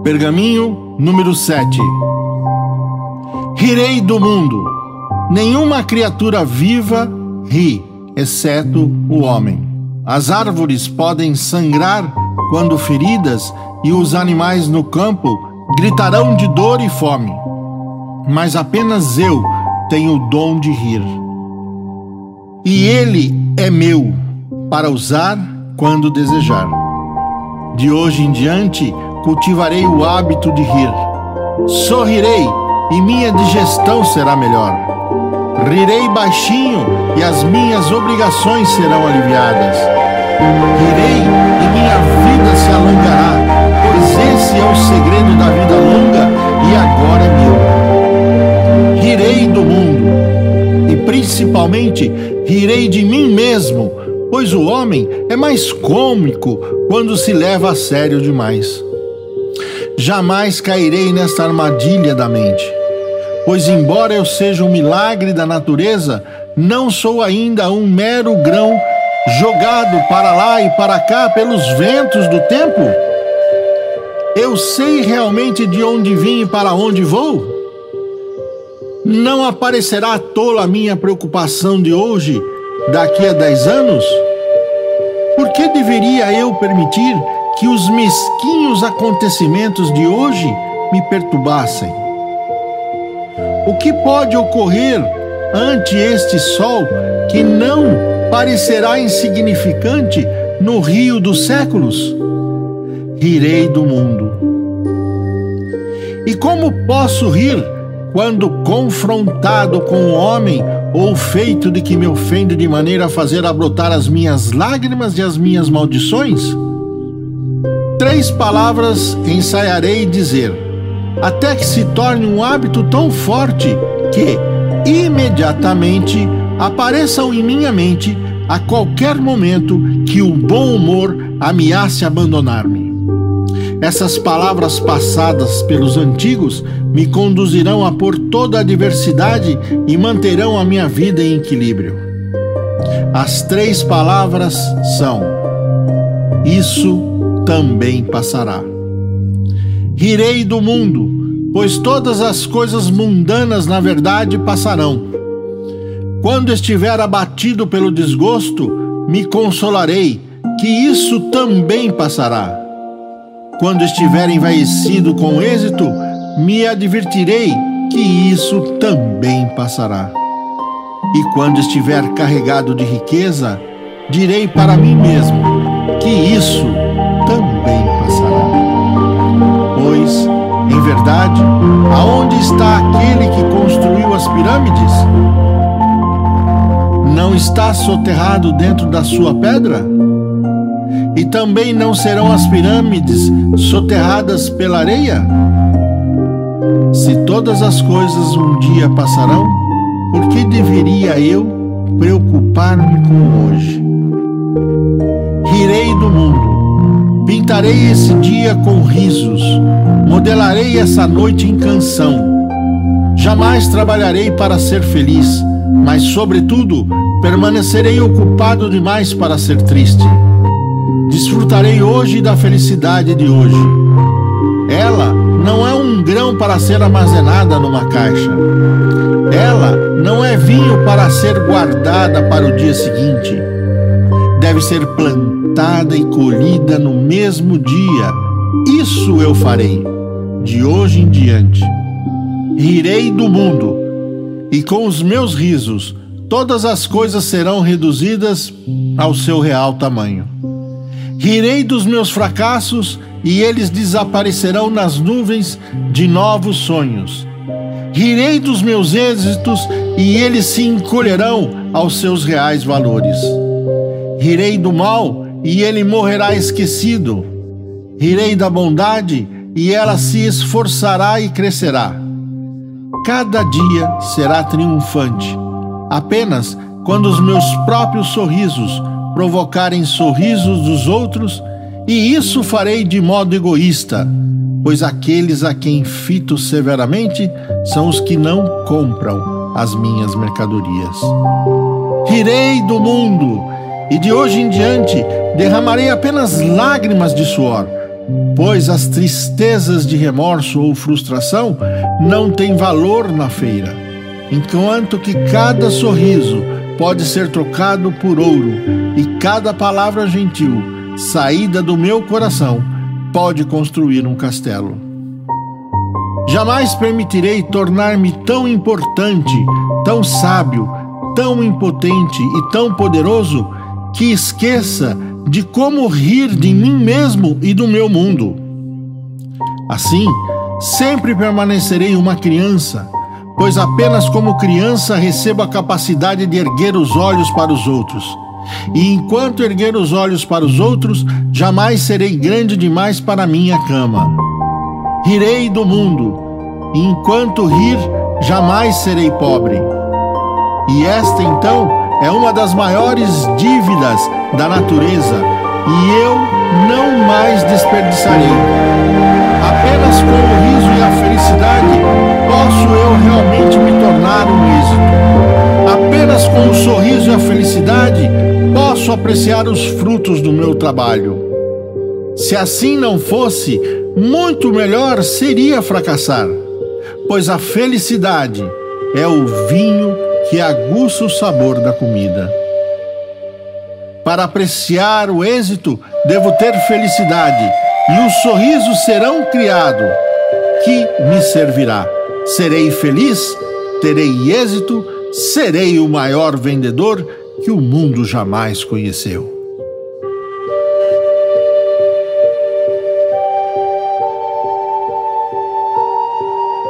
Pergaminho número 7. Rirei do mundo. Nenhuma criatura viva ri, exceto o homem. As árvores podem sangrar quando feridas e os animais no campo gritarão de dor e fome. Mas apenas eu tenho o dom de rir. E ele é meu para usar quando desejar. De hoje em diante, cultivarei o hábito de rir. Sorrirei e minha digestão será melhor. Rirei baixinho e as minhas obrigações serão aliviadas. Rirei e minha vida se alongará, pois esse é o segredo da vida longa e agora é meu. Rirei do mundo e principalmente rirei de mim mesmo, pois o homem é mais cômico quando se leva a sério demais. Jamais cairei nesta armadilha da mente, pois embora eu seja um milagre da natureza, não sou ainda um mero grão jogado para lá e para cá pelos ventos do tempo. Eu sei realmente de onde vim e para onde vou? Não aparecerá tola a minha preocupação de hoje, daqui a 10 anos? Por que deveria eu permitir que os mesquinhos acontecimentos de hoje me perturbassem? O que pode ocorrer ante este sol que não parecerá insignificante no rio dos séculos? Rirei do mundo. E como posso rir quando confrontado com um homem ou feito de que me ofende de maneira a fazer a brotar as minhas lágrimas e as minhas maldições? 3 palavras ensaiarei dizer, até que se torne um hábito tão forte que, imediatamente, apareçam em minha mente a qualquer momento que o bom humor ameace abandonar-me. Essas palavras passadas pelos antigos me conduzirão a pôr toda a adversidade e manterão a minha vida em equilíbrio. As 3 palavras são: isso também passará. Rirei do mundo, pois todas as coisas mundanas na verdade passarão. Quando estiver abatido pelo desgosto, me consolarei, que isso também passará. Quando estiver envaecido com êxito, me advertirei que isso também passará. E quando estiver carregado de riqueza, direi para mim mesmo que isso também passará. Pois, em verdade, aonde está aquele que construiu as pirâmides? Não está soterrado dentro da sua pedra? E também não serão as pirâmides soterradas pela areia? Se todas as coisas um dia passarão, por que deveria eu preocupar-me com hoje? Rirei do mundo, pintarei esse dia com risos, modelarei essa noite em canção. Jamais trabalharei para ser feliz, mas, sobretudo, permanecerei ocupado demais para ser triste. Desfrutarei hoje da felicidade de hoje. Ela não é um grão para ser armazenada numa caixa. Ela não é vinho para ser guardada para o dia seguinte. Deve ser plantada e colhida no mesmo dia. Isso eu farei, de hoje em diante. Rirei do mundo, e com os meus risos, todas as coisas serão reduzidas ao seu real tamanho. Rirei dos meus fracassos e eles desaparecerão nas nuvens de novos sonhos. Rirei dos meus êxitos e eles se encolherão aos seus reais valores. Rirei do mal e ele morrerá esquecido. Rirei da bondade e ela se esforçará e crescerá. Cada dia será triunfante, apenas quando os meus próprios sorrisos provocarem sorrisos dos outros, e isso farei de modo egoísta, pois aqueles a quem fito severamente são os que não compram as minhas mercadorias. Rirei do mundo, e de hoje em diante derramarei apenas lágrimas de suor, pois as tristezas de remorso ou frustração não têm valor na feira, enquanto que cada sorriso pode ser trocado por ouro e cada palavra gentil, saída do meu coração, pode construir um castelo. Jamais permitirei tornar-me tão importante, tão sábio, tão impotente e tão poderoso que esqueça de como rir de mim mesmo e do meu mundo. Assim, sempre permanecerei uma criança, pois apenas como criança recebo a capacidade de erguer os olhos para os outros. E enquanto erguer os olhos para os outros, jamais serei grande demais para minha cama. Rirei do mundo, e enquanto rir, jamais serei pobre. E esta, então, é uma das maiores dívidas da natureza, e eu não mais desperdiçarei. Apenas com o riso e a felicidade posso eu realmente me tornar um êxito. Apenas com o sorriso e a felicidade posso apreciar os frutos do meu trabalho. Se assim não fosse, muito melhor seria fracassar, pois a felicidade é o vinho que aguça o sabor da comida. Para apreciar o êxito, devo ter felicidade, e os sorrisos serão criados, que me servirá. Serei feliz, terei êxito, serei o maior vendedor que o mundo jamais conheceu.